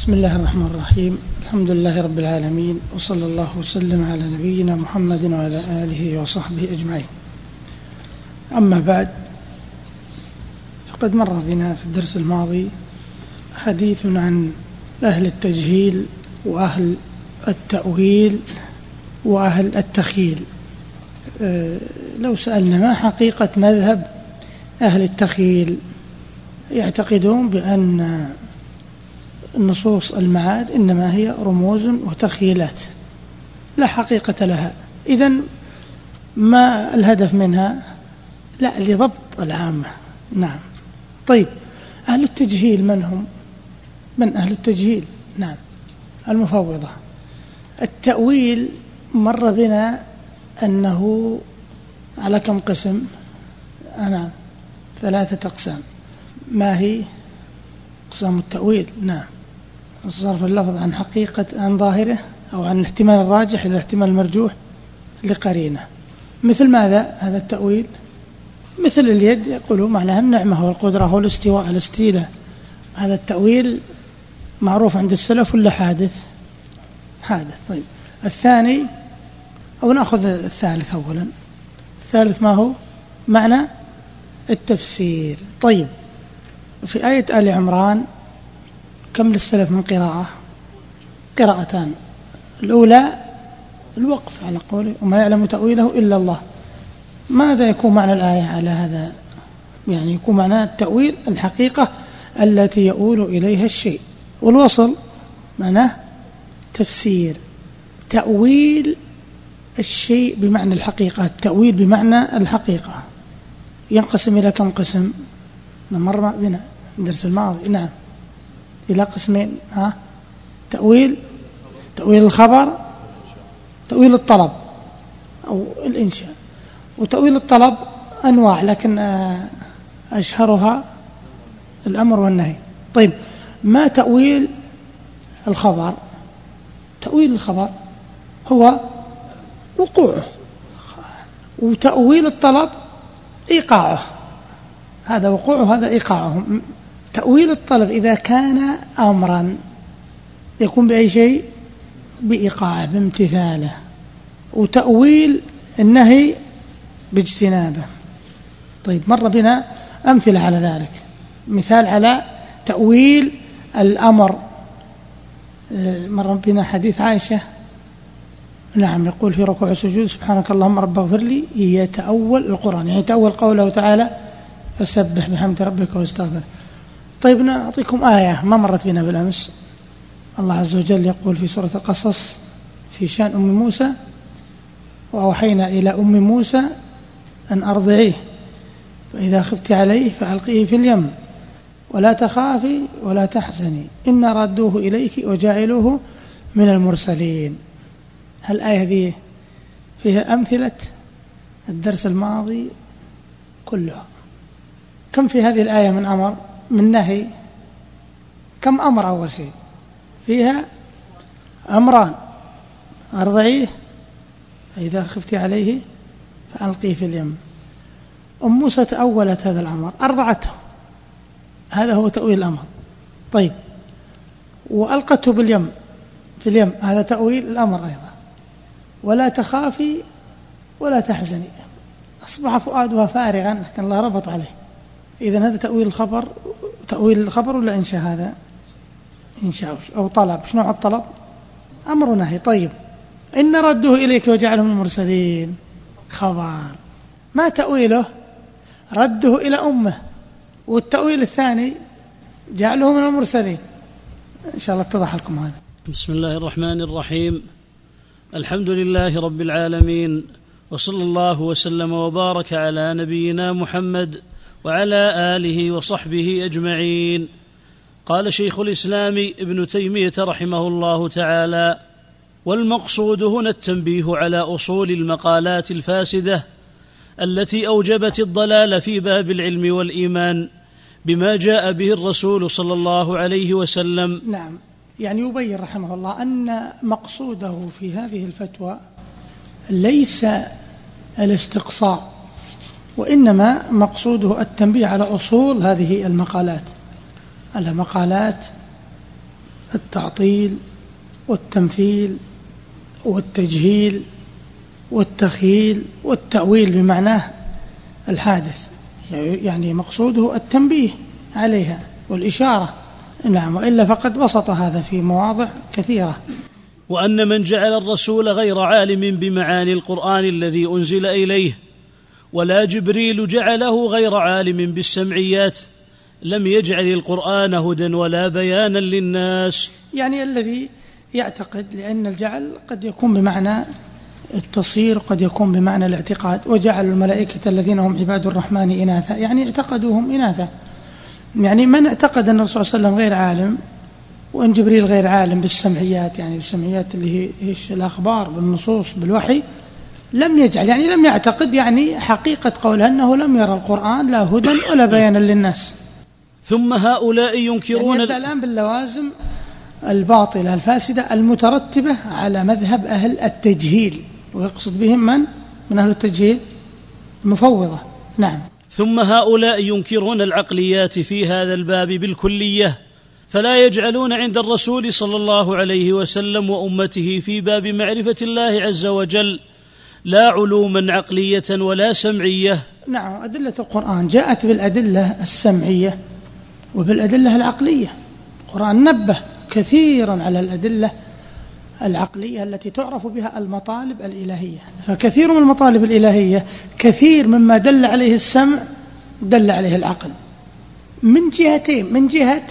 بسم الله الرحمن الرحيم. الحمد لله رب العالمين، وصلى الله وسلم على نبينا محمد وعلى آله وصحبه أجمعين. أما بعد، فقد مر بنا في الدرس الماضي حديث عن أهل التجهيل وأهل التأويل وأهل التخييل. لو سألنا ما حقيقة مذهب أهل التخييل، يعتقدون بأن النصوص المعاد إنما هي رموز وتخيلات لا حقيقة لها. إذن ما الهدف منها؟ لا، لضبط العامة. نعم. طيب، أهل التجهيل من هم؟ من أهل التجهيل؟ نعم، المفوضة. التأويل مر بنا أنه على كم قسم؟ نعم، 3 أقسام. ما هي أقسام التأويل؟ نعم، صرف اللفظ عن حقيقة، عن ظاهره أو عن الاحتمال الراجح إلى الاحتمال المرجوح لقرينة. مثل ماذا هذا التأويل؟ مثل اليد، يقولوا معناها النعمة والقدرة والاستواء، الاستيلاء. هذا التأويل معروف عند السلف ولا حادث؟ حادث. طيب، الثاني، أو نأخذ الثالث أولا. الثالث ما هو؟ معنى التفسير. طيب، في آية آل عمران كم للسلف من قراءة؟ قراءتان. الأولى الوقف على قوله وما يعلم تأويله إلا الله. ماذا يكون معنى الآية على هذا؟ يعني يكون معنى التأويل الحقيقة التي يؤول إليها الشيء، والوصل معناه تفسير. تأويل الشيء بمعنى الحقيقة، التأويل بمعنى الحقيقة ينقسم إلى كم قسم؟ مر بنا الدرس الماضي. نعم، إلى قسمين. تأويل الخبر، تأويل الطلب أو الإنشاء. وتأويل الطلب أنواع، لكن أشهرها الأمر والنهي. طيب، ما تأويل الخبر؟ تأويل الخبر هو وقوعه، وتأويل الطلب إيقاعه. هذا وقوعه، هذا إيقاعه. تأويل الطلب إذا كان أمرا يكون بأي شيء؟ بإيقاعه، بامتثاله. وتأويل النهي باجتنابه. طيب، مر بنا أمثلة على ذلك. مثال على تأويل الأمر، مر بنا حديث عائشة. نعم، يقول في ركوع السجود سبحانك اللهم رب اغفر لي. يتأول القرآن، يعني يتأول قوله تعالى فسبح بحمد ربك واستغفر. طيب، نعطيكم آية ما مرت بنا بالأمس. الله عز وجل يقول في سورة القصص في شأن أم موسى: وأوحينا إلى أم موسى أن أرضعيه فإذا خفت عليه فألقيه في اليم ولا تخافي ولا تحزني إن ردوه إليك وجعلوه من المرسلين. الآية هذه فيها أمثلة الدرس الماضي كلها. كم في هذه الآية من أمر، من نهي؟ كم أمر؟ أول شيء فيها أمران: أرضعيه فإذا خفت عليه فألقيه في اليم. أم موسى تأولت هذا الأمر، أرضعته، هذا هو تأويل الأمر. طيب، وألقته باليم، في اليم، هذا تأويل الأمر أيضا. ولا تخافي ولا تحزني، أصبح فؤادها فارغا لكن الله ربط عليه. إذن هذا تأويل الخبر. تأويل الخبر ولا إنشاء؟ هذا إنشاء أو طلب. شنو الطلب؟ أمر نهي. طيب، إن ردوه إليك وجعله من المرسلين، خبر. ما تأويله؟ رده إلى أمه. والتأويل الثاني جعله من المرسلين. إن شاء الله اتضح لكم هذا. بسم الله الرحمن الرحيم. الحمد لله رب العالمين، وصلى الله وسلم وبارك على نبينا محمد وعلى آله وصحبه أجمعين. قال شيخ الإسلام ابن تيمية رحمه الله تعالى: والمقصود هنا التنبيه على أصول المقالات الفاسدة التي أوجبت الضلال في باب العلم والإيمان بما جاء به الرسول صلى الله عليه وسلم. نعم، يعني يبين رحمه الله أن مقصوده في هذه الفتوى ليس الاستقصاء، وإنما مقصوده التنبيه على أصول هذه المقالات، على مقالات التعطيل والتمثيل والتجهيل والتخييل والتأويل بمعناه الحادث، يعني مقصوده التنبيه عليها والإشارة. نعم، وإلا فقد بسط هذا في مواضع كثيرة. وأن من جعل الرسول غير عالم بمعاني القرآن الذي أنزل إليه، ولا جبريل جعله غير عالم بالسمعيات، لم يجعل القرآن هدى ولا بيانا للناس. يعني الذي يعتقد، لأن الجعل قد يكون بمعنى التصير، قد يكون بمعنى الاعتقاد، وجعلوا الملائكة الذين هم عباد الرحمن إناثا، يعني اعتقدوهم إناثا. يعني من اعتقد أن الرسول صلى الله عليه وسلم غير عالم وأن جبريل غير عالم بالسمعيات، يعني بالسمعيات اللي هي الأخبار بالنصوص بالوحي، لم يجعل، يعني لم يعتقد، يعني حقيقة قوله أنه لم يرى القرآن لا هدى ولا بيانا للناس. ثم هؤلاء ينكرون، يعني الآن باللوازم الباطلة الفاسدة المترتبة على مذهب أهل التجهيل، ويقصد بهم من أهل التجهيل؟ المفوضة. نعم. ثم هؤلاء ينكرون العقليات في هذا الباب بالكلية، فلا يجعلون عند الرسول صلى الله عليه وسلم وأمته في باب معرفة الله عز وجل لا علوما عقلية ولا سمعية. نعم، أدلة القرآن جاءت بالأدلة السمعية وبالأدلة العقلية. القرآن نبه كثيرا على الأدلة العقلية التي تعرف بها المطالب الإلهية، فكثير من المطالب الإلهية كثير مما دل عليه السمع دل عليه العقل، من جهتين: من جهة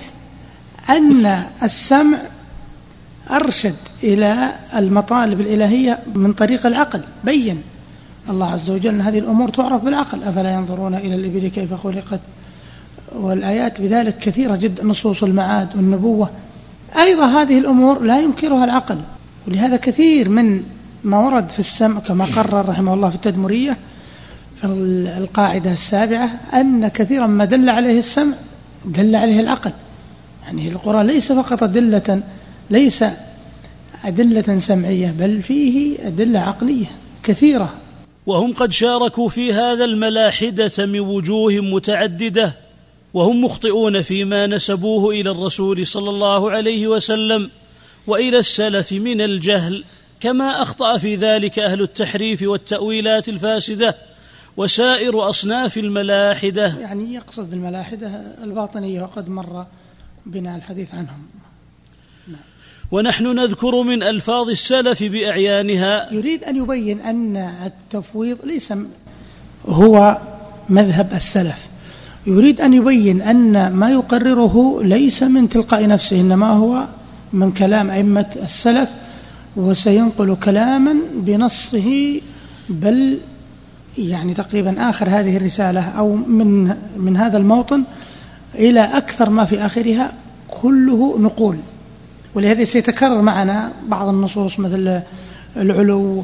أن السمع أرشد إلى المطالب الإلهية من طريق العقل، بين الله عز وجل أن هذه الأمور تعرف بالعقل، أفلا ينظرون إلى الإبل كيف خلقت، والآيات بذلك كثيرة جدا، نصوص المعاد والنبوة. أيضا هذه الأمور لا ينكرها العقل، ولهذا كثير من ما ورد في السمع كما قرر رحمه الله في التدمرية في القاعدة 7 أن كثيرا ما دل عليه السمع دل عليه العقل. يعني القرآن ليس فقط ليس أدلة سمعية، بل فيه أدلة عقلية كثيرة. وهم قد شاركوا في هذا الملاحدة من وجوه متعددة، وهم مخطئون فيما نسبوه إلى الرسول صلى الله عليه وسلم وإلى السلف من الجهل، كما أخطأ في ذلك أهل التحريف والتأويلات الفاسدة وسائر أصناف الملاحدة. يعني يقصد بالملاحدة الباطنية، وقد مر بنا الحديث عنهم. ونحن نذكر من ألفاظ السلف بأعيانها. يريد أن يبين أن التفويض ليس هو مذهب السلف، يريد أن يبين أن ما يقرره ليس من تلقاء نفسه، إنما هو من كلام أئمة السلف، وسينقل كلاما بنصه، بل يعني تقريبا آخر هذه الرسالة أو من هذا الموطن إلى أكثر ما في آخرها كله نقول. ولهذا سيتكرر معنا بعض النصوص مثل العلو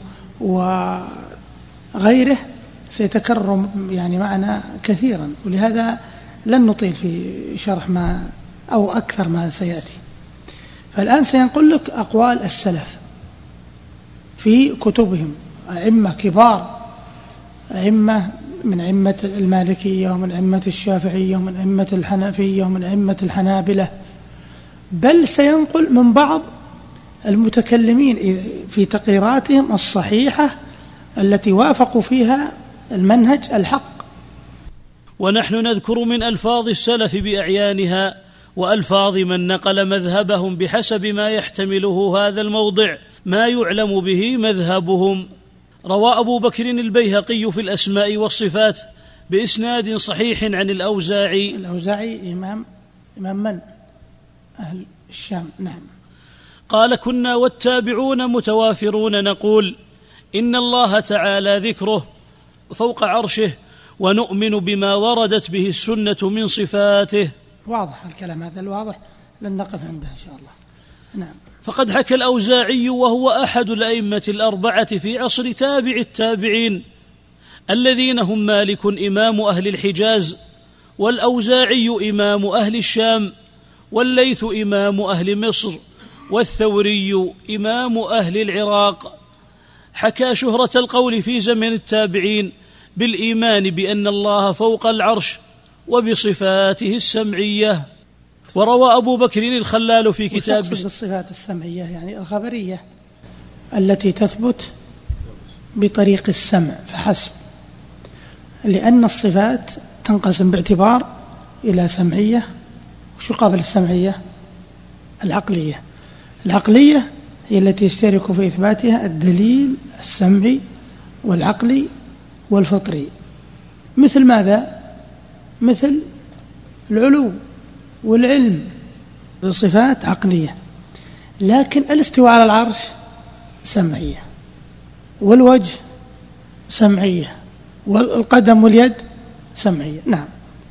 وغيره، سيتكرر يعني معنا كثيرا، ولهذا لن نطيل في شرح ما أو أكثر ما سيأتي. فالآن سينقل لك أقوال السلف في كتبهم، أئمة كبار، أئمة من أئمة المالكية ومن أئمة الشافعية ومن أئمة الحنفية ومن أئمة الحنابلة، بل سينقل من بعض المتكلمين في تقريراتهم الصحيحة التي وافقوا فيها المنهج الحق. ونحن نذكر من ألفاظ السلف بأعيانها وألفاظ من نقل مذهبهم بحسب ما يحتمله هذا الموضع ما يعلم به مذهبهم. روى أبو بكر البيهقي في الأسماء والصفات بإسناد صحيح عن الأوزاعي. الأوزاعي إمام من؟ أهل الشام. نعم. قال: كنا والتابعون متوافرون نقول إن الله تعالى ذكره فوق عرشه، ونؤمن بما وردت به السنة من صفاته. واضح الكلام هذا، الواضح لن نقف عنده إن شاء الله. نعم. فقد حكى الأوزاعي، وهو أحد الأئمة الأربعة في عصر تابع التابعين الذين هم مالك إمام أهل الحجاز، والأوزاعي إمام أهل الشام، والليث إمام أهل مصر، والثوري إمام أهل العراق. حكى شهرة القول في زمن التابعين بالإيمان بأن الله فوق العرش وبصفاته السمعية. وروى أبو بكر الخلال في كتاب بالصفات السمعية يعني الخبرية التي تثبت بطريق السمع فحسب، لأن الصفات تنقسم باعتبار إلى سمعية، وشو قابل السمعية؟ العقلية. العقلية هي التي يشترك في إثباتها الدليل السمعي والعقلي والفطري. مثل ماذا؟ مثل العلو والعلم، بصفات عقلية. لكن الاستواء على العرش سمعية، والوجه سمعية، والقدم واليد سمعية. نعم.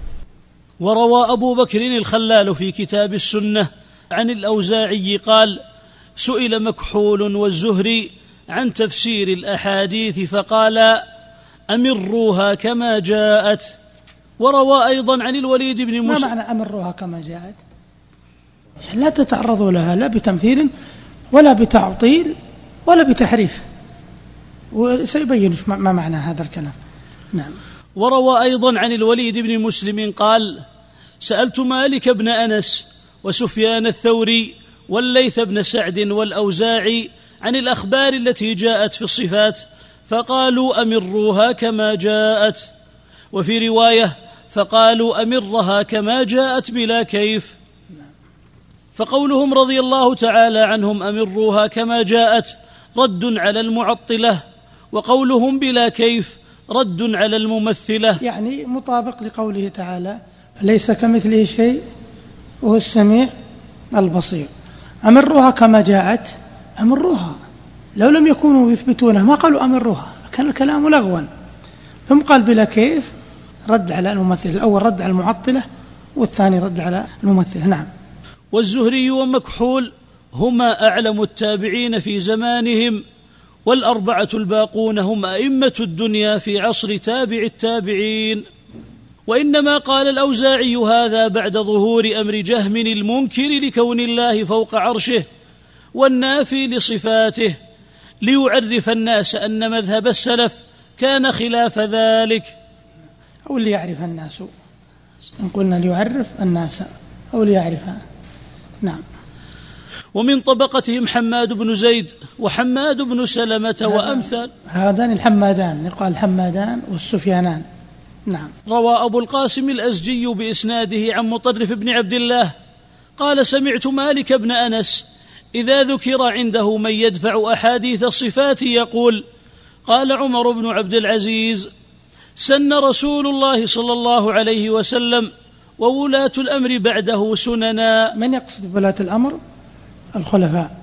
وروى أبو بكر الخلال في كتاب السنة عن الأوزاعي قال: سئل مكحول والزهري عن تفسير الأحاديث فقال: أمروها كما جاءت. وروى أيضا عن الوليد بن ما معنى أمروها كما جاءت؟ لا تتعرضوا لها لا بتمثيل ولا بتعطيل ولا بتحريف، وسيبين ما معنى هذا الكلام. نعم. وروى أيضا عن الوليد بن مسلم قال: سألت مالك بن أنس وسفيان الثوري والليث بن سعد والأوزاعي عن الأخبار التي جاءت في الصفات فقالوا: أمروها كما جاءت. وفي رواية: فقالوا: أمرها كما جاءت بلا كيف. فقولهم رضي الله تعالى عنهم أمروها كما جاءت رد على المعطلة، وقولهم بلا كيف رد على الممثلة، يعني مطابق لقوله تعالى: ليس كمثله شيء وهو السميع البصير. أمروها كما جاءت، أمروها. لو لم يكونوا يثبتونها ما قالوا أمروها، كان الكلام لغوا. ثم قال بلا كيف، رد على الممثلة. الأول رد على المعطلة، والثاني رد على الممثلة. نعم. والزهري ومكحول هما أعلم التابعين في زمانهم، والأربعة الباقون هم أئمة الدنيا في عصر تابع التابعين. وإنما قال الأوزاعي هذا بعد ظهور أمر جهم المنكر لكون الله فوق عرشه والنافي لصفاته، ليعرف الناس أن مذهب السلف كان خلاف ذلك. أو ليعرف الناس، إن قلنا ليعرف الناس أو ليعرفها. نعم. ومن طبقتهم حماد بن زيد وحماد بن سلمة وأمثال هذان الحمادان، يقال الحمادان والسفيانان. نعم. روى أبو القاسم الأزجي بإسناده عن مطرف بن عبد الله قال: سمعت مالك بن أنس إذا ذكر عنده من يدفع أحاديث الصفات يقول: قال عمر بن عبد العزيز: سن رسول الله صلى الله عليه وسلم وولاة الأمر بعده سننا. من يقصد بولاة الأمر؟ الخلفاء،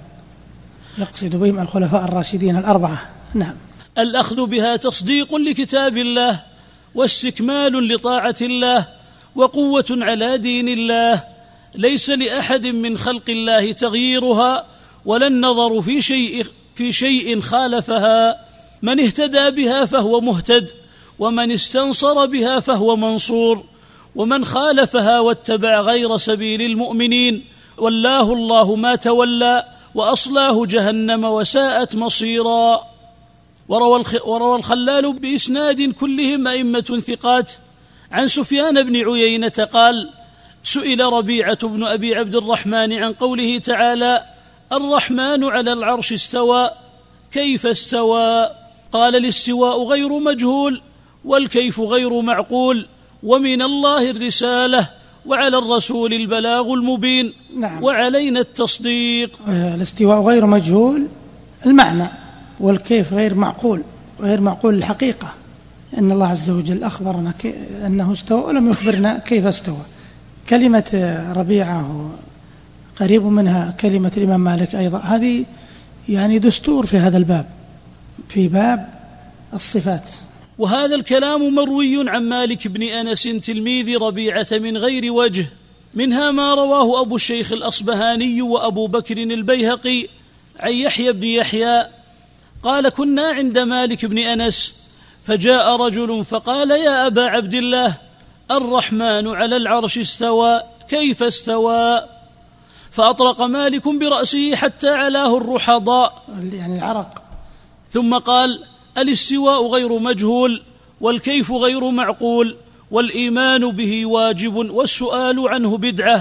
يقصد بهم الخلفاء الراشدين الأربعة. نعم. الأخذ بها تصديق لكتاب الله واستكمال لطاعة الله وقوة على دين الله، ليس لأحد من خلق الله تغييرها ولا النظر في شيء خالفها. من اهتدى بها فهو مهتد، ومن استنصر بها فهو منصور، ومن خالفها واتبع غير سبيل المؤمنين ولاه الله ما تولى وأصلاه جهنم وساءت مصيرا. وروى الخلال بإسناد كلهم أئمة ثقات عن سفيان بن عيينة قال: سئل ربيعة بن أبي عبد الرحمن عن قوله تعالى: الرحمن على العرش استوى، كيف استوى؟ قال: الاستواء غير مجهول، والكيف غير معقول، ومن الله الرسالة، وعلى الرسول البلاغ المبين. نعم. وعلينا التصديق. الاستواء غير مجهول المعنى، والكيف غير معقول، غير معقول الحقيقة، إن الله عز وجل أخبرنا أنه استوى ولم يخبرنا كيف استوى. كلمة ربيعة قريب منها كلمة الإمام مالك أيضا، هذه يعني دستور في هذا الباب، في باب الصفات. وهذا الكلام مروي عن مالك بن أنس تلميذ ربيعة من غير وجه، منها ما رواه أبو الشيخ الأصبهاني وأبو بكر البيهقي عن يحيى بن يحيى قال: كنا عند مالك بن أنس فجاء رجل فقال: يا أبا عبد الله، الرحمن على العرش استوى، كيف استوى؟ فأطرق مالك برأسه حتى علاه الرحضاء، يعني العرق، ثم قال: الاستواء غير مجهول، والكيف غير معقول، والإيمان به واجب، والسؤال عنه بدعة،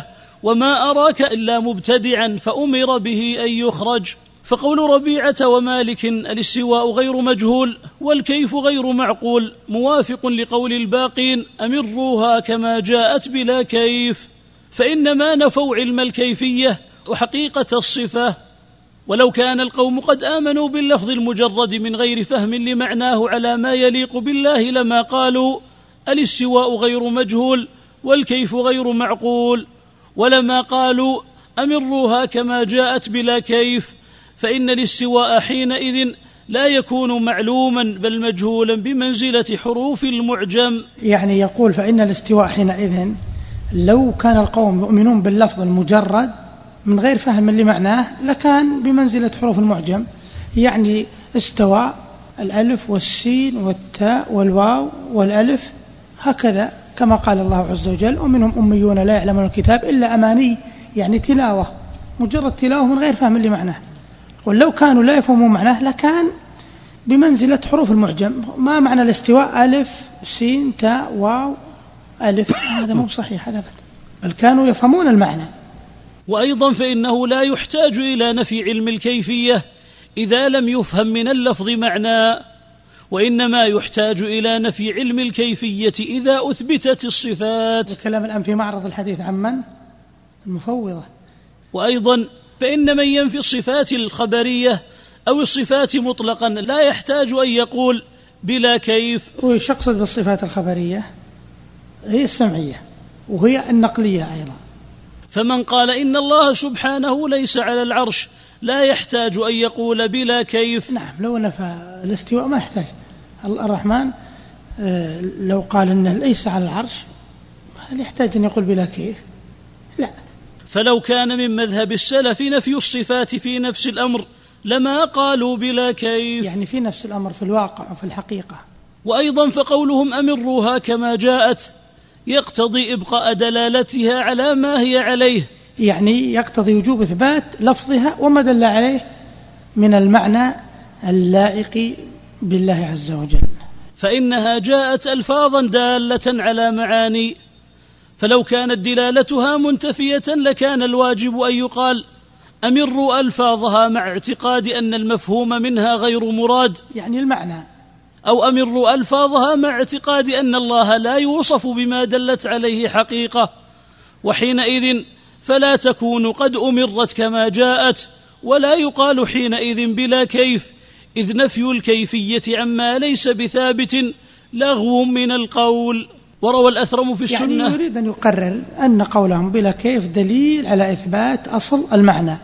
وما أراك إلا مبتدعا فأمر به أن يخرج. فقول ربيعة ومالك الاستواء غير مجهول والكيف غير معقول موافق لقول الباقين أمروها كما جاءت بلا كيف، فإنما نفوا علم الكيفية وحقيقة الصفة. ولو كان القوم قد آمنوا باللفظ المجرد من غير فهم لمعناه على ما يليق بالله لما قالوا الاستواء غير مجهول والكيف غير معقول، ولما قالوا أمروها كما جاءت بلا كيف، فإن الاستواء حينئذ لا يكون معلوما بل مجهولا بمنزلة حروف المعجم. يعني يقول فإن الاستواء حينئذ لو كان القوم يؤمنون باللفظ المجرد من غير فهم لمعناه لكان بمنزلة حروف المعجم. يعني استوى الألف والسين والتاء والواو والألف هكذا كما قال الله عز وجل ومنهم أميون لا يعلمون الكتاب إلا أماني، يعني تلاوة مجرد تلاوة من غير فهم لمعناه. ولو كانوا لا يفهمون معناه لكان بمنزلة حروف المعجم. ما معنى الاستواء ألف سين تاء واو ألف؟ هذا مو صحيح هذا، بل كانوا يفهمون المعنى. وأيضا فإنه لا يحتاج إلى نفي علم الكيفية إذا لم يفهم من اللفظ معنى، وإنما يحتاج إلى نفي علم الكيفية إذا أثبتت الصفات. الكلام الآن في معرض الحديث عن من؟ المفوضة. وأيضا فإن من ينفي الصفات الخبرية أو الصفات مطلقا لا يحتاج أن يقول بلا كيف. وش يقصد بالصفات الخبرية؟ هي السمعية وهي النقلية أيضا. فمن قال إن الله سبحانه ليس على العرش لا يحتاج أن يقول بلا كيف. نعم، لو نفى الاستواء ما يحتاج. الرحمن لو قال إنه ليس على العرش هل يحتاج أن يقول بلا كيف؟ لا. فلو كان من مذهب السلف نفي الصفات في نفس الأمر لما قالوا بلا كيف، يعني في نفس الأمر في الواقع وفي الحقيقة. وأيضا فقولهم أمروها كما جاءت يقتضي إبقاء دلالتها على ما هي عليه، يعني يقتضي وجوب إثبات لفظها وما دل عليه من المعنى اللائق بالله عز وجل، فإنها جاءت ألفاظا دالة على معاني. فلو كانت دلالتها منتفية لكان الواجب أن يقال أمروا ألفاظها مع اعتقاد أن المفهوم منها غير مراد، يعني المعنى، أو أمروا ألفاظها مع اعتقاد أن الله لا يوصف بما دلت عليه حقيقة، وحينئذ فلا تكون قد أمرت كما جاءت، ولا يقال حينئذ بلا كيف، إذ نفي الكيفية عما ليس بثابت لغو من القول. وروى الأثرم في السنة، يعني يريد أن يقرر أن قولهم بلا كيف دليل على إثبات أصل المعنى.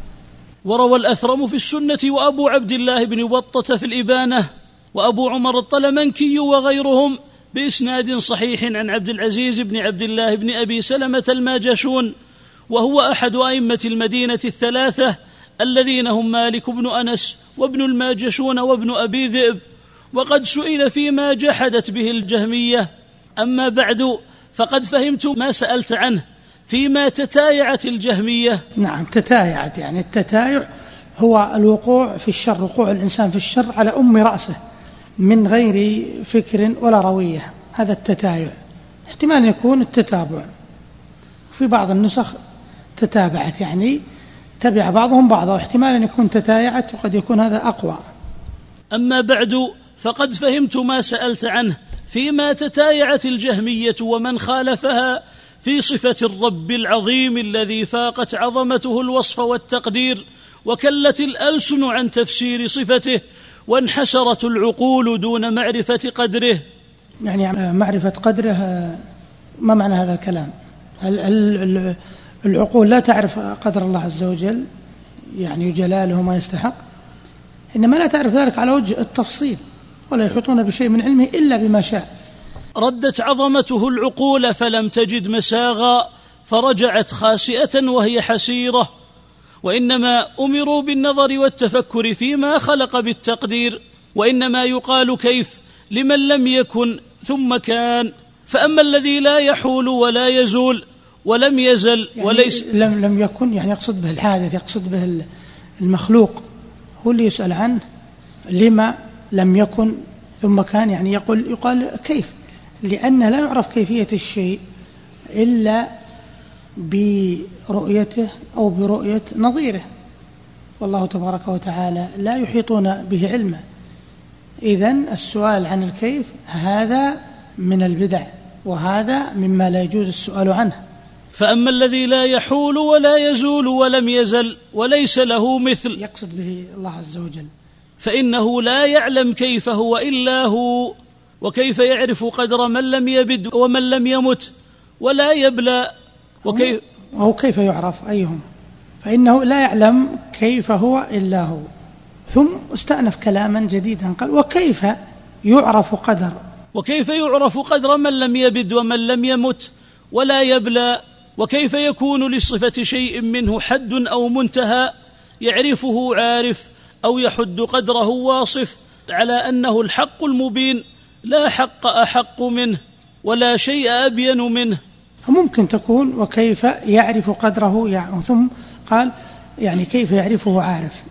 وروى الأثرم في السنة وأبو عبد الله بن بطة في الإبانة وأبو عمر الطلمنكي وغيرهم بإسناد صحيح عن عبد العزيز بن عبد الله بن أبي سلمة الماجشون، وهو أحد أئمة المدينة الثلاثة الذين هم مالك بن أنس وابن الماجشون وابن أبي ذئب، وقد سئل فيما جحدت به الجهمية. أما بعد فقد فهمت ما سألت عنه فيما تتايعت الجهمية. نعم، تتايعت، يعني التتايع هو الوقوع في الشر، وقوع الإنسان في الشر على أم رأسه من غير فكر ولا روية، هذا التتايع. احتمال يكون التتابع، في بعض النسخ تتابعت يعني تبع بعضهم بعضا، واحتمال أن يكون تتايعت وقد يكون هذا أقوى. أما بعد فقد فهمت ما سألت عنه فيما تتايعت الجهمية ومن خالفها في صفة الرب العظيم الذي فاقت عظمته الوصف والتقدير، وكلت الألسن عن تفسير صفته، وانحسرت العقول دون معرفة قدره. يعني معرفة قدره، ما معنى هذا الكلام؟ هل العقول لا تعرف قدر الله عز وجل يعني جلاله ما يستحق؟ إنما لا تعرف ذلك على وجه التفصيل، ولا يحيطون بشيء من علمه إلا بما شاء. ردت عظمته العقول فلم تجد مساغا فرجعت خاسئة وهي حسيرة، وإنما أمروا بالنظر والتفكر فيما خلق بالتقدير، وإنما يقال كيف لمن لم يكن ثم كان. فأما الذي لا يحول ولا يزول ولم يزل يعني وليس لم يكن، يعني يقصد به الحادث، يقصد به المخلوق، هو اللي يسأل عنه. لما لم يكن ثم كان، يعني يقال كيف، لأن لا يعرف كيفية الشيء إلا برؤيته أو برؤية نظيره، والله تبارك وتعالى لا يحيطون به علما. إذن السؤال عن الكيف هذا من البدع، وهذا مما لا يجوز السؤال عنه. فأما الذي لا يحول ولا يزول ولم يزل وليس له مثل، يقصد به الله عز وجل، فإنه لا يعلم كيف هو إلا هو، وكيف يعرف قدر من لم يبد ومن لم يمت ولا يبلى، كيف يعرف أيهم؟ فإنه لا يعلم كيف هو إلا هو. ثم استأنف كلاما جديدا قال وكيف يعرف قدر، وكيف يعرف قدر من لم يبد ومن لم يمت ولا يبلى، وكيف يكون لصفة شيء منه حد أو منتهى يعرفه عارف أو يحد قدره واصف، على أنه الحق المبين لا حق أحق منه ولا شيء أبين منه. ممكن تكون وكيف يعرف قدره يعني، ثم قال يعني كيف يعرفه عارف،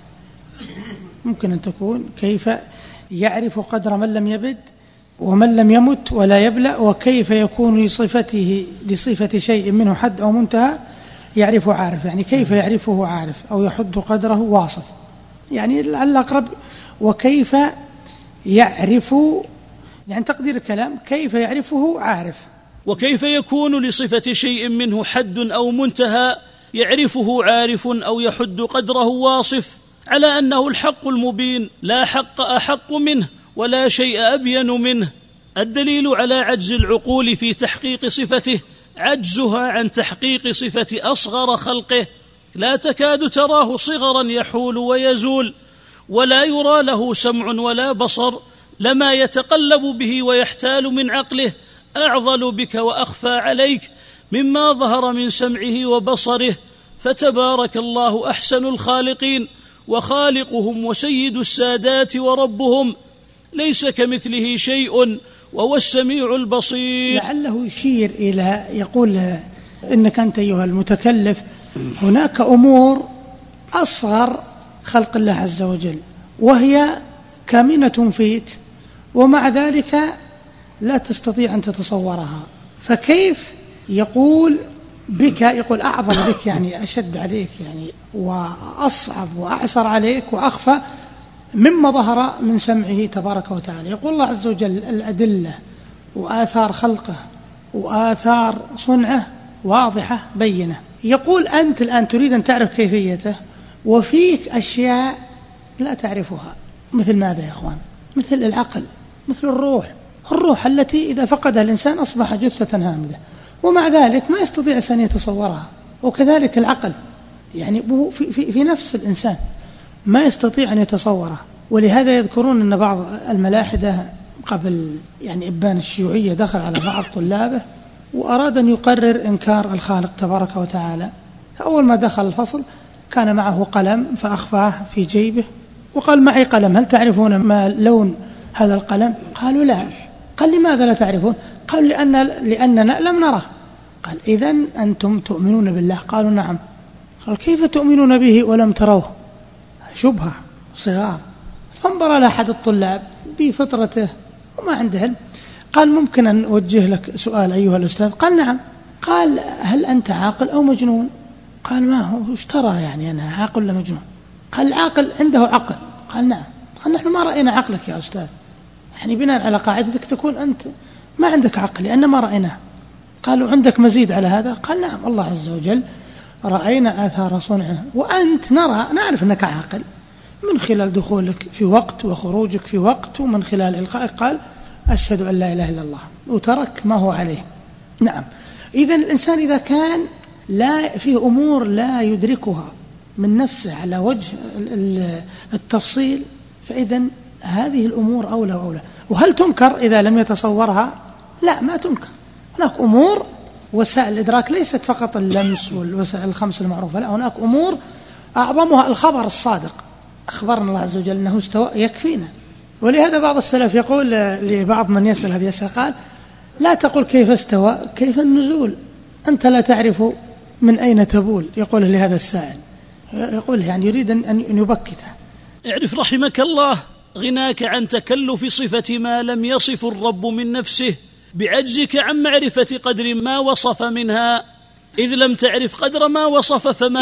ممكن أن تكون كيف يعرف قدر من لم يبد ومن لم يمت ولا يبلى، وكيف يكون لصفة شيء منه حد أو منتهى يعرف عارف، يعني كيف يعرفه عارف أو يحد قدره واصف، يعني الأقرب وكيف يعرف، يعني تقدير الكلام كيف يعرفه عارف. وكيف يكون لصفة شيء منه حد أو منتهى يعرفه عارف أو يحد قدره واصف، على أنه الحق المبين لا حق أحق منه ولا شيء أبين منه. الدليل على عجز العقول في تحقيق صفته عجزها عن تحقيق صفة أصغر خلقه، لا تكاد تراه صغرا يحول ويزول، ولا يرى له سمع ولا بصر، لما يتقلب به ويحتال من عقله أعضل بك وأخفى عليك مما ظهر من سمعه وبصره، فتبارك الله أحسن الخالقين وخالقهم وسيد السادات وربهم، ليس كمثله شيء وهو السميع البصير. لعله يشير إلى يقول إنك أنت أيها المتكلف هناك أمور أصغر خلق الله عز وجل وهي كامنة فيك، ومع ذلك لا تستطيع أن تتصورها، فكيف يقول بك، يقول أعظم بك يعني أشد عليك يعني وأصعب وأعسر عليك وأخفى مما ظهر من سمعه تبارك وتعالى. يقول الله عز وجل الأدلة وآثار خلقه وآثار صنعه واضحة بينة، يقول أنت الآن تريد أن تعرف كيفيته وفيك أشياء لا تعرفها، مثل ماذا يا أخوان؟ مثل العقل، مثل الروح التي إذا فقدها الإنسان أصبح جثة هامدة، ومع ذلك ما يستطيع أن يتصورها، وكذلك العقل يعني في نفس الإنسان ما يستطيع أن يتصورها. ولهذا يذكرون أن بعض الملاحدة قبل يعني إبان الشيوعية دخل على بعض طلابه وأراد أن يقرر إنكار الخالق تبارك وتعالى. أول ما دخل الفصل كان معه قلم فأخفاه في جيبه وقال معي قلم، هل تعرفون ما لون هذا القلم؟ قالوا لا. قال لماذا لا تعرفون؟ قال لأننا لم نره. قال إذن أنتم تؤمنون بالله؟ قالوا نعم. قال كيف تؤمنون به ولم تروه؟ شبهة صغار. فانظر إلى أحد الطلاب بفطرته وما عنده علم، قال ممكن أن أوجه لك سؤال أيها الأستاذ؟ قال نعم. قال هل أنت عاقل أو مجنون؟ قال ما هو، وش ترى يعني أنا عاقل ولا مجنون؟ قال العاقل عنده عقل. قال نعم. قال نحن ما رأينا عقلك يا أستاذ، يعني بناء على قاعدتك تكون أنت ما عندك عقل لأن ما رأيناه. قالوا عندك مزيد على هذا؟ قال نعم، الله عز وجل رأينا آثار صنعه وأنت نعرف أنك عاقل من خلال دخولك في وقت وخروجك في وقت ومن خلال إلقائك. قال أشهد أن لا إله إلا الله، وترك ما هو عليه. نعم. إذن الإنسان إذا كان لا فيه أمور لا يدركها من نفسه على وجه التفصيل، فإذن هذه الأمور أولى وأولى. وهل تنكر إذا لم يتصورها؟ لا، ما تنكر. هناك أمور وسائل الإدراك ليست فقط اللمس والوسائل الخمس المعروفة، لا، هناك أمور أعظمها الخبر الصادق. أخبرنا الله عز وجل أنه استوى يكفينا. ولهذا بعض السلف يقول لبعض من يسأل هذه الأسئلة، قال لا تقل كيف استوى، كيف النزول، أنت لا تعرف من أين تبول. يقول لهذا السائل، يقول يعني يريد أن يبكته. اعرف رحمك الله غناك عن تكلف صفة ما لم يصف الرب من نفسه بعجزك عن معرفة قدر ما وصف منها، إذ لم تعرف قدر ما وصف فما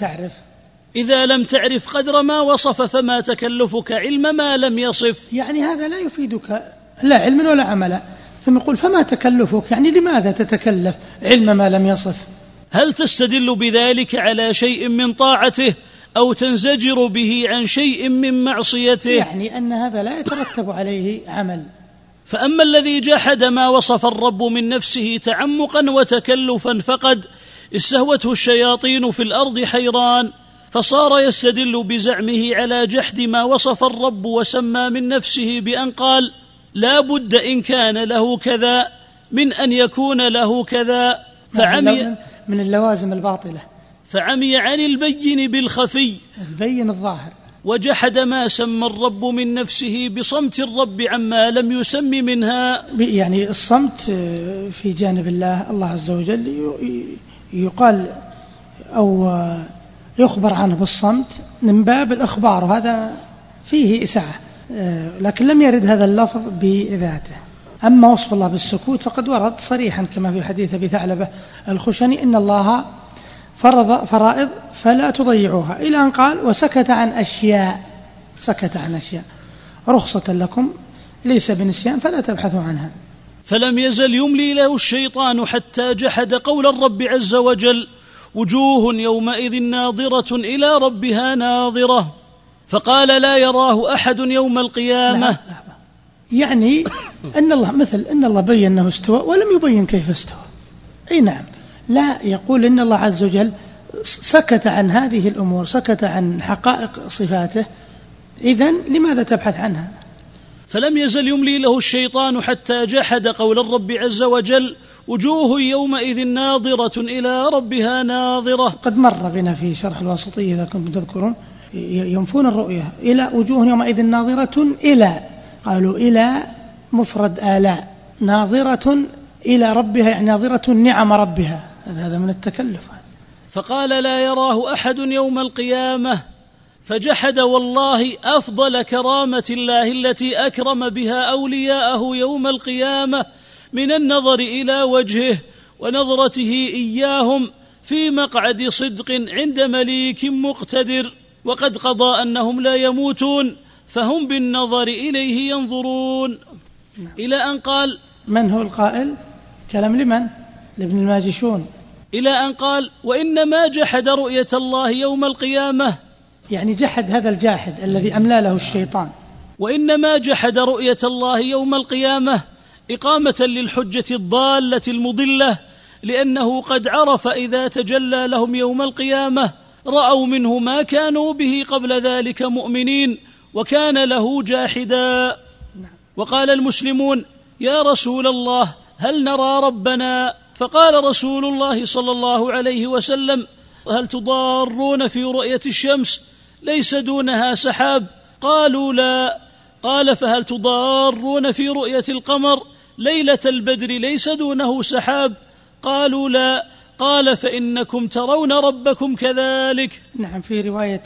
إذا لم تعرف قدر ما وصف فما تكلفك علم ما لم يصف. يعني هذا لا يفيدك لا علما ولا عملا. ثم يقول فما تكلفك، يعني لماذا تتكلف علم ما لم يصف؟ هل تستدل بذلك على شيء من طاعته أو تنزجر به عن شيء من معصيته؟ يعني أن هذا لا يترتب عليه عمل. فأما الذي جحد ما وصف الرب من نفسه تعمقا وتكلفا فقد استهوته الشياطين في الأرض حيران، فصار يستدل بزعمه على جحد ما وصف الرب وسمى من نفسه بأن قال لا بد إن كان له كذا من أن يكون له كذا، فعمي من اللوازم الباطلة، فعمي عن البين بالخفي البين الظاهر، وجحد ما سمى الرب من نفسه بصمت الرب عما لم يسم منها. يعني الصمت في جانب الله عز وجل يقال أو يخبر عنه بالصمت من باب الإخبار، وهذا فيه إسعة، لكن لم يرد هذا اللفظ بذاته. أما وصف الله بالسكوت فقد ورد صريحا كما في حديث أبي ثعلبة الخشني إن الله فرض فرائض فلا تضيعوها، إلى أن قال وسكت عن أشياء، سكت عن أشياء رخصة لكم ليس بنسيان فلا تبحثوا عنها. فلم يزل يملي له الشيطان حتى جحد قول الرب عز وجل وجوه يومئذ ناظرة إلى ربها ناظرة، فقال لا يراه أحد يوم القيامة. يعني أن الله مثل أن الله بين أنه استوى ولم يبين كيف استوى. أي نعم، لا يقول إن الله عز وجل سكت عن هذه الأمور، سكت عن حقائق صفاته، إذن لماذا تبحث عنها؟ فلم يزل يملي له الشيطان حتى جحد قول الرب عز وجل وجوه يومئذ ناظرة إلى ربها ناظرة. قد مر بنا في شرح الواسطية إذا كنتم تذكرون ينفون الرؤية إلى وجوه يومئذ ناظرة إلى، قالوا إلى مفرد آلاء، ناظرة إلى ربها يعني ناظرة نعم ربها، هذا من التكلف. فقال لا يراه أحد يوم القيامة، فجحد والله أفضل كرامة الله التي أكرم بها أولياءه يوم القيامة من النظر إلى وجهه ونظرته إياهم في مقعد صدق عند مليك مقتدر، وقد قضى أنهم لا يموتون فهم بالنظر إليه ينظرون. إلى أن قال من هو القائل؟ كلام لمن؟ لابن الماجشون. إلى أن قال وإنما جحد رؤية الله يوم القيامة، يعني جحد هذا الجاحد الذي أملى له الشيطان. وإنما جحد رؤية الله يوم القيامة إقامة للحجة الضالة المضلة، لأنه قد عرف إذا تجلى لهم يوم القيامة رأوا منه ما كانوا به قبل ذلك مؤمنين وكان له جاحدا. وقال المسلمون يا رسول الله هل نرى ربنا؟ فقال رسول الله صلى الله عليه وسلم هل تضارون في رؤية الشمس ليس دونها سحاب؟ قالوا لا. قال فهل تضارون في رؤية القمر ليلة البدر ليس دونه سحاب؟ قالوا لا. قال فإنكم ترون ربكم كذلك. نعم، في رواية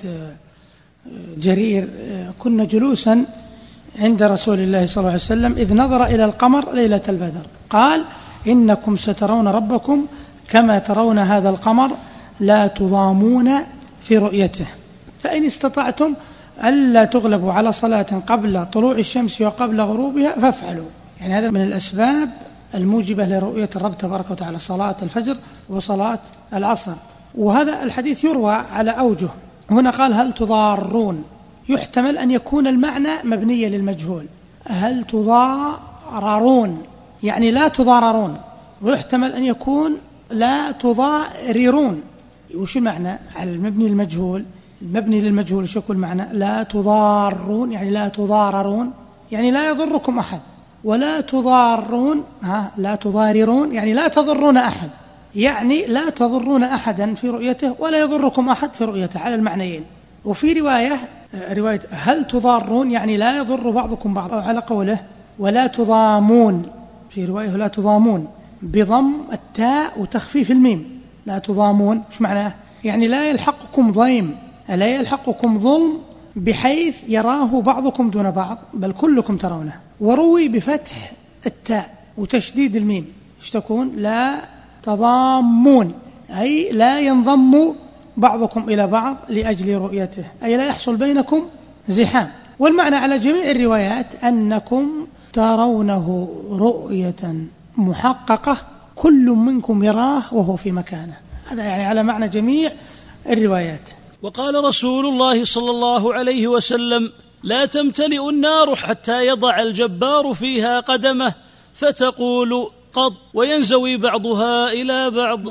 جرير كنا جلوسا عند رسول الله صلى الله عليه وسلم إذ نظر إلى القمر ليلة البدر قال إنكم سترون ربكم كما ترون هذا القمر لا تضامون في رؤيته، فإن استطعتم ألا تغلبوا على صلاة قبل طلوع الشمس وقبل غروبها فافعلوا. يعني هذا من الأسباب الموجبة لرؤية الرب تبارك وتعالى، صلاة الفجر وصلاة العصر. وهذا الحديث يروى على أوجه. هنا قال هل تضارون، يحتمل أن يكون المعنى مبنيا للمجهول، هل تضاررون يعني لا تضاررون، ويحتمل أن يكون لا تضاررون. وش المعنى على المبني للمجهول؟ المبني للمجهول شو يكون معنى؟ لا تضارون يعني لا تضاررون يعني لا يضركم أحد، ولا تضارون لا تضاررون يعني لا تضرون أحد، يعني لا تضرون أحدا في رؤيته ولا يضركم أحد في رؤيته، على المعنيين. وفي رواية هل تضارون يعني لا يضر بعضكم بعض، على قوله ولا تضامون، في رواية لا تضامون بضم التاء وتخفيف الميم، لا تضامون وش معناه؟ يعني لا يلحقكم ضيم، لا يلحقكم ظلم بحيث يراه بعضكم دون بعض بل كلكم ترونه. وروي بفتح التاء وتشديد الميم ايش تكون؟ لا تضامون أي لا ينضم بعضكم إلى بعض لأجل رؤيته، أي لا يحصل بينكم زحام. والمعنى على جميع الروايات أنكم ترونه رؤية محققة كل منكم يراه وهو في مكانه، هذا يعني على معنى جميع الروايات. وقال رسول الله صلى الله عليه وسلم: لا تمتلئ النار حتى يضع الجبار فيها قدمه فتقول قط وينزوي بعضها إلى بعض.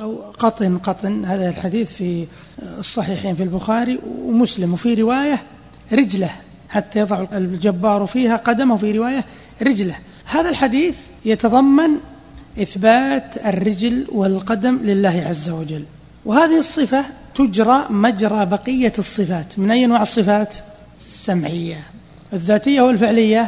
قطن هذا الحديث في الصحيحين في البخاري ومسلم، وفي رواية رجله حتى يضع الجبار فيها قدمه، في رواية رجله. هذا الحديث يتضمن إثبات الرجل والقدم لله عز وجل، وهذه الصفة تجرى مجرى بقية الصفات. من أي نوع الصفات؟ السمعية، الذاتية والفعلية.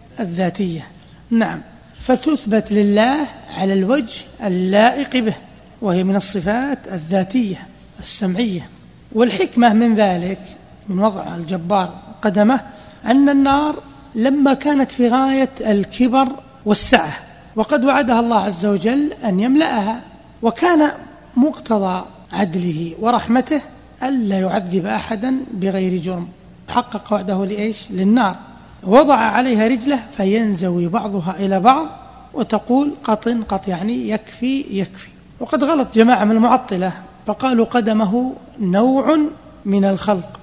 الذاتية نعم، فتثبت لله على الوجه اللائق به، وهي من الصفات الذاتية السمعية. والحكمة من ذلك، من وضع الجبار قدمه، أن النار لما كانت في غاية الكبر والسعة، وقد وعدها الله عز وجل أن يملأها، وكان مقتضى عدله ورحمته ألا يعذب أحدا بغير جرم، حقق وعده لإيش؟ للنار. وضع عليها رجله فينزوي بعضها إلى بعض، وتقول قط يعني يكفي. وقد غلط جماعة من المعطلة فقالوا قدمه نوع من الخلق،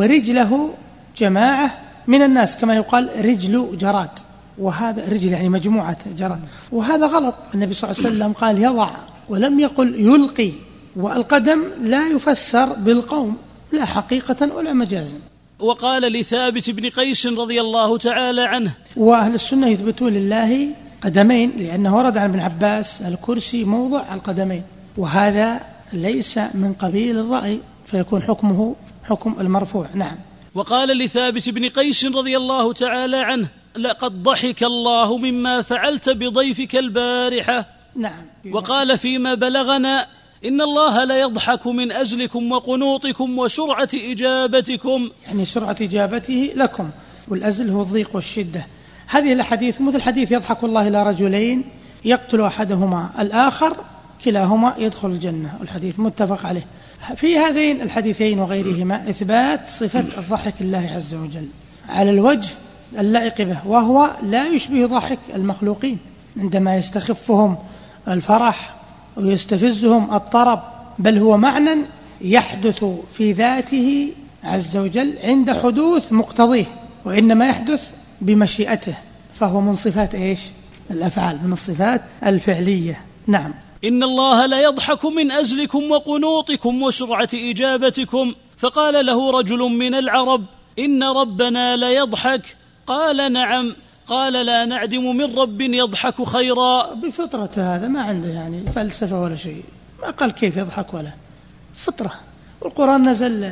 ورجله جماعة من الناس، كما يقال رجل جراد، وهذا رجل يعني مجموعة جراد، وهذا غلط. النبي صلى الله عليه وسلم قال يضع ولم يقل يلقي، والقدم لا يفسر بالقوم لا حقيقة ولا مجازا. وقال لثابت بن قيس رضي الله تعالى عنه: وأهل السنة يثبتون لله قدمين، لأنه ورد عن ابن عباس الكرسي موضع القدمين، وهذا ليس من قبيل الرأي، فيكون حكمه حكم المرفوع. نعم. وقال لثابت بن قيس رضي الله تعالى عنه: لقد ضحك الله مما فعلت بضيفك البارحة. نعم. وقال فيما بلغنا: إن الله لا يضحك من أزلكم وقنوطكم وسرعة إجابتكم، يعني سرعة إجابته لكم، والأزل هو الضيق والشدة. هذه الحديث مثل حديث يضحك الله إلى رجلين يقتل أحدهما الآخر كلاهما يدخل الجنة، الحديث متفق عليه. في هذين الحديثين وغيرهما إثبات صفة الضحك الله عز وجل على الوجه اللائق به، وهو لا يشبه ضحك المخلوقين عندما يستخفهم الفرح ويستفزهم الطرب، بل هو معنى يحدث في ذاته عز وجل عند حدوث مقتضيه، وإنما يحدث بمشيئته، فهو من صفات إيش؟ الأفعال، من الصفات الفعلية. نعم. إن الله لا يضحك من أزلكم وقنوطكم وسرعة إجابتكم. فقال له رجل من العرب: إن ربنا لا يضحك. قال: نعم. قال: لا نعدم من رب يضحك خيرا. بفطرة هذا ما عنده يعني فلسفة ولا شيء، ما قال كيف يضحك ولا فطرة. والقرآن نزل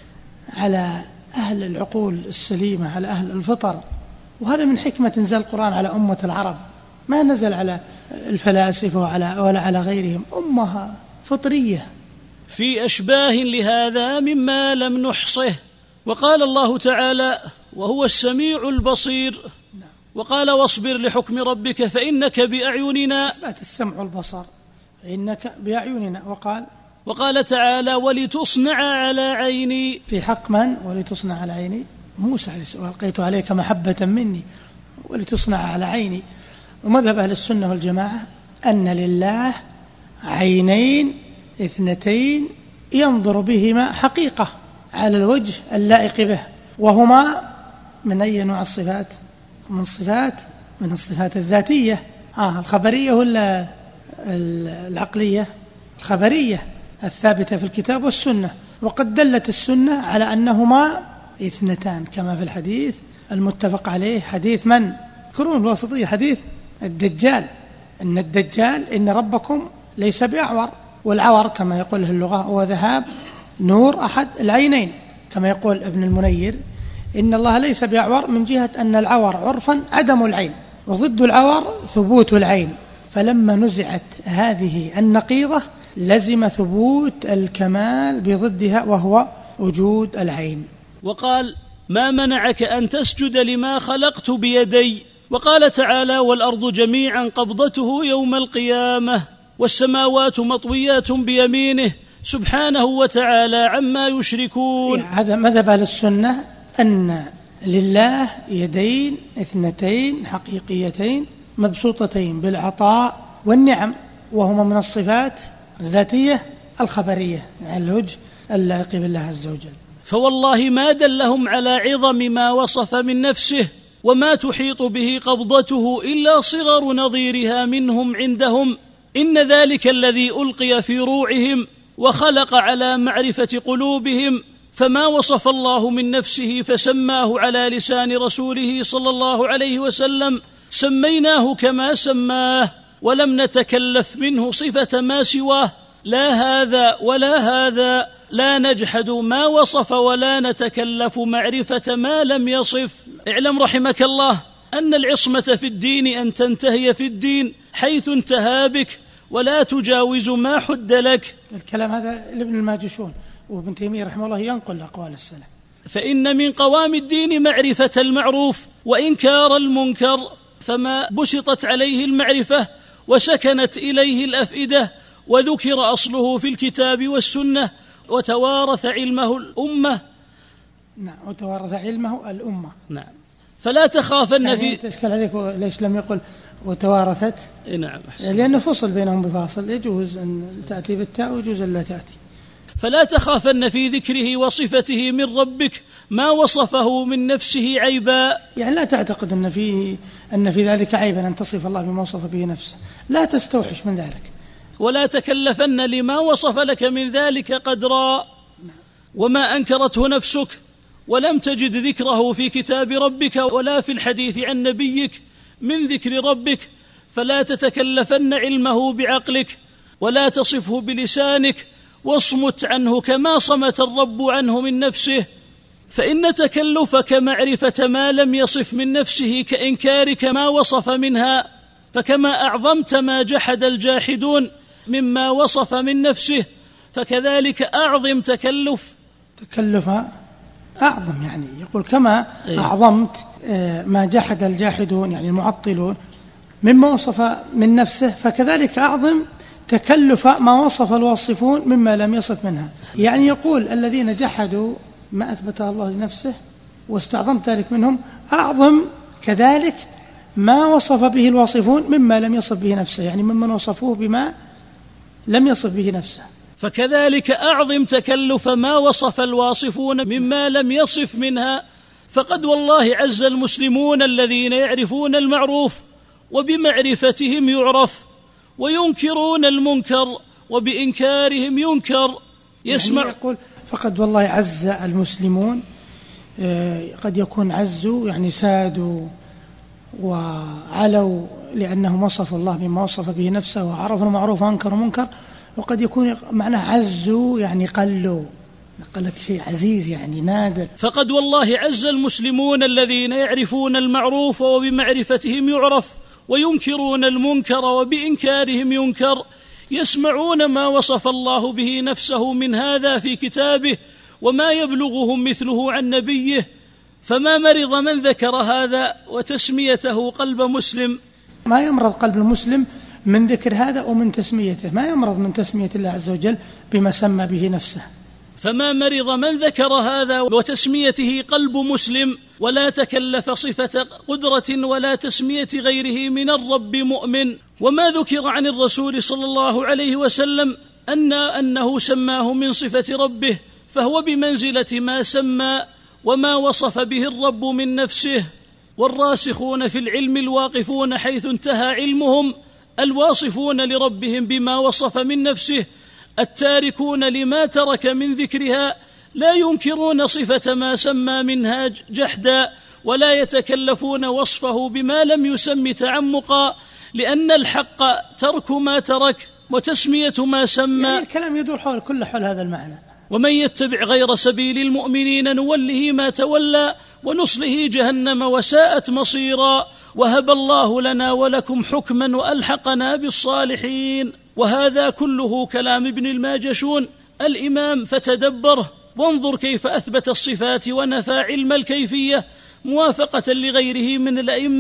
على أهل العقول السليمة، على أهل الفطر، وهذا من حكمة انزال القرآن على أمة العرب، ما نزل على الفلاسفة ولا على غيرهم، أمها فطرية. في أشباه لهذا مما لم نحصه. وقال الله تعالى: وهو السميع البصير. وقال: واصبر لحكم ربك فإنك بأعيننا. إثبات السمع والبصر، فإنك بأعيننا. وقال تعالى: ولتصنع على عيني. في حق من؟ ولتصنع على عيني؟ موسى عليه السلام: وألقيت عليك محبة مني ولتصنع على عيني. ومذهب أهل السنة والجماعة أن لله عينين اثنتين ينظر بهما حقيقة على الوجه اللائق به، وهما من أي نوع الصفات؟ من الصفات الذاتية. الخبرية ولا العقلية؟ الخبرية الثابتة في الكتاب والسنة. وقد دلت السنة على أنهما اثنتان، كما في الحديث المتفق عليه، حديث من؟ كرون الواسطية، حديث الدجال، إن الدجال إن ربكم ليس بأعور، والعور كما يقول اللغة هو ذهاب نور أحد العينين، كما يقول ابن المنير إن الله ليس بأعور من جهة أن العور عرفا عدم العين، وضد العور ثبوت العين، فلما نزعت هذه النقيضة لزم ثبوت الكمال بضدها وهو وجود العين. وقال: ما منعك أن تسجد لما خلقت بيدي. وقال تعالى: والأرض جميعا قبضته يوم القيامة والسماوات مطويات بيمينه سبحانه وتعالى عما يشركون. هذا مذهب أهل السنة، أن لله يدين اثنتين حقيقيتين مبسوطتين بالعطاء والنعم، وهما من الصفات الذاتية الخبرية على الوجه اللائق بالله عز وجل. فوالله ما دلهم على عظم ما وصف من نفسه وما تحيط به قبضته إلا صغر نظيرها منهم عندهم. إن ذلك الذي ألقي في روعهم وخلق على معرفة قلوبهم، فما وصف الله من نفسه فسماه على لسان رسوله صلى الله عليه وسلم سميناه كما سماه، ولم نتكلف منه صفة ما سواه، لا هذا ولا هذا، لا نجحد ما وصف ولا نتكلف معرفة ما لم يصف. اعلم رحمك الله أن العصمة في الدين أن تنتهي في الدين حيث انتهى بك، ولا تجاوز ما حد لك. الكلام هذا لابن الماجشون، وابن تيمية رحمه الله ينقل أقوال السلف. فإن من قوام الدين معرفة المعروف وإنكار المنكر، فما بسطت عليه المعرفة وسكنت إليه الأفئدة وذكر أصله في الكتاب والسنة وتوارث علمه الأمة. نعم، وتوارث علمه الأمة. نعم، فلا تخافن يعني في تشكل عليك ليش لم يقل وتوارثت؟ نعم، أحسن. لأنه فصل بينهم بفاصل، يجوز أن تأتي بالتاء ويجوز أن لا تأتي. فلا تخافن في ذكره وصفته من ربك ما وصفه من نفسه عيبا. يعني لا تعتقد أن في ذلك عيبا أن تصف الله بما وصف به نفسه، لا تستوحش من ذلك. ولا تكلفن لما وصف لك من ذلك قدرا، وما أنكرته نفسك ولم تجد ذكره في كتاب ربك ولا في الحديث عن نبيك من ذكر ربك، فلا تتكلفن علمه بعقلك ولا تصفه بلسانك، واصمت عنه كما صمت الرب عنه من نفسه. فإن تكلفك معرفة ما لم يصف من نفسه كإنكارك ما وصف منها، فكما أعظمت ما جحد الجاحدون مما وصف من نفسه، فكذلك أعظم تكلفها أعظم، يعني يقول كما أعظمت ما جحد الجاحدون يعني المعطلون مما وصف من نفسه، فكذلك أعظم تكلف ما وصف الواصفون مما لم يصف منها. يعني يقول الذين جحدوا ما أثبته الله لنفسه واستعظمت ذلك منهم، أعظم كذلك ما وصف به الواصفون مما لم يصف به نفسه، يعني ممن وصفوه بما لم يصف به نفسه. فكذلك أعظم تكلف ما وصف الواصفون مما لم يصف منها. فقد والله عز المسلمون الذين يعرفون المعروف وبمعرفتهم يعرف، وينكرون المنكر وبإنكارهم ينكر. يسمع يعني يقول فقد والله عز المسلمون، قد يكون عزوا يعني سادوا وعلوا لأنهم وصفوا الله بما وصف به نفسه وعرفوا المعروف وأنكروا منكر، وقد يكون معناه عزوا يعني قلوا، قال لك شيء عزيز يعني نادر. فقد والله عز المسلمون الذين يعرفون المعروف وبمعرفتهم يعرف، وينكرون المنكر وبإنكارهم ينكر. يسمعون ما وصف الله به نفسه من هذا في كتابه وما يبلغهم مثله عن نبيه، فما مرض من ذكر هذا وتسميته قلب مسلم. ما يمرض قلب المسلم من ذكر هذا ومن تسميته، ما يمرض من تسمية الله عز وجل بما سمى به نفسه. فما مرض من ذكر هذا وتسميته قلب مسلم، ولا تكلف صفة قدرة ولا تسمية غيره من الرب مؤمن. وما ذكر عن الرسول صلى الله عليه وسلم أنه سماه من صفة ربه، فهو بمنزلة ما سمى وما وصف به الرب من نفسه. والراسخون في العلم الواقفون حيث انتهى علمهم، الواصفون لربهم بما وصف من نفسه، التاركون لما ترك من ذكرها، لا ينكرون صفة ما سمى منها جحدا، ولا يتكلفون وصفه بما لم يسم تعمقا، لأن الحق ترك ما ترك وتسمية ما سمى. يعني الكلام يدور حول هذا المعنى. ومن يتبع غير سبيل المؤمنين نوله ما تولى ونصله جهنم وساءت مصيرا، وهب الله لنا ولكم حكما وألحقنا بالصالحين. وهذا كله كلام ابن الماجشون الإمام، فتدبره وانظر كيف أثبت الصفات ونفى علم الكيفية موافقة لغيره من الأئمة،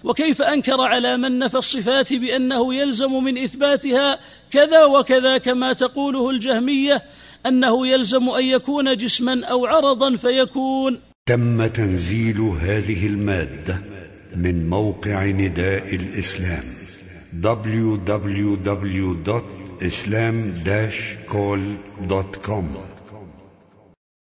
وكيف أنكر على من نفى الصفات بأنه يلزم من إثباتها كذا وكذا، كما تقوله الجهمية أنه يلزم أن يكون جسما أو عرضا فيكون. تم تنزيل هذه المادة من موقع نداء الإسلام www.islam-call.com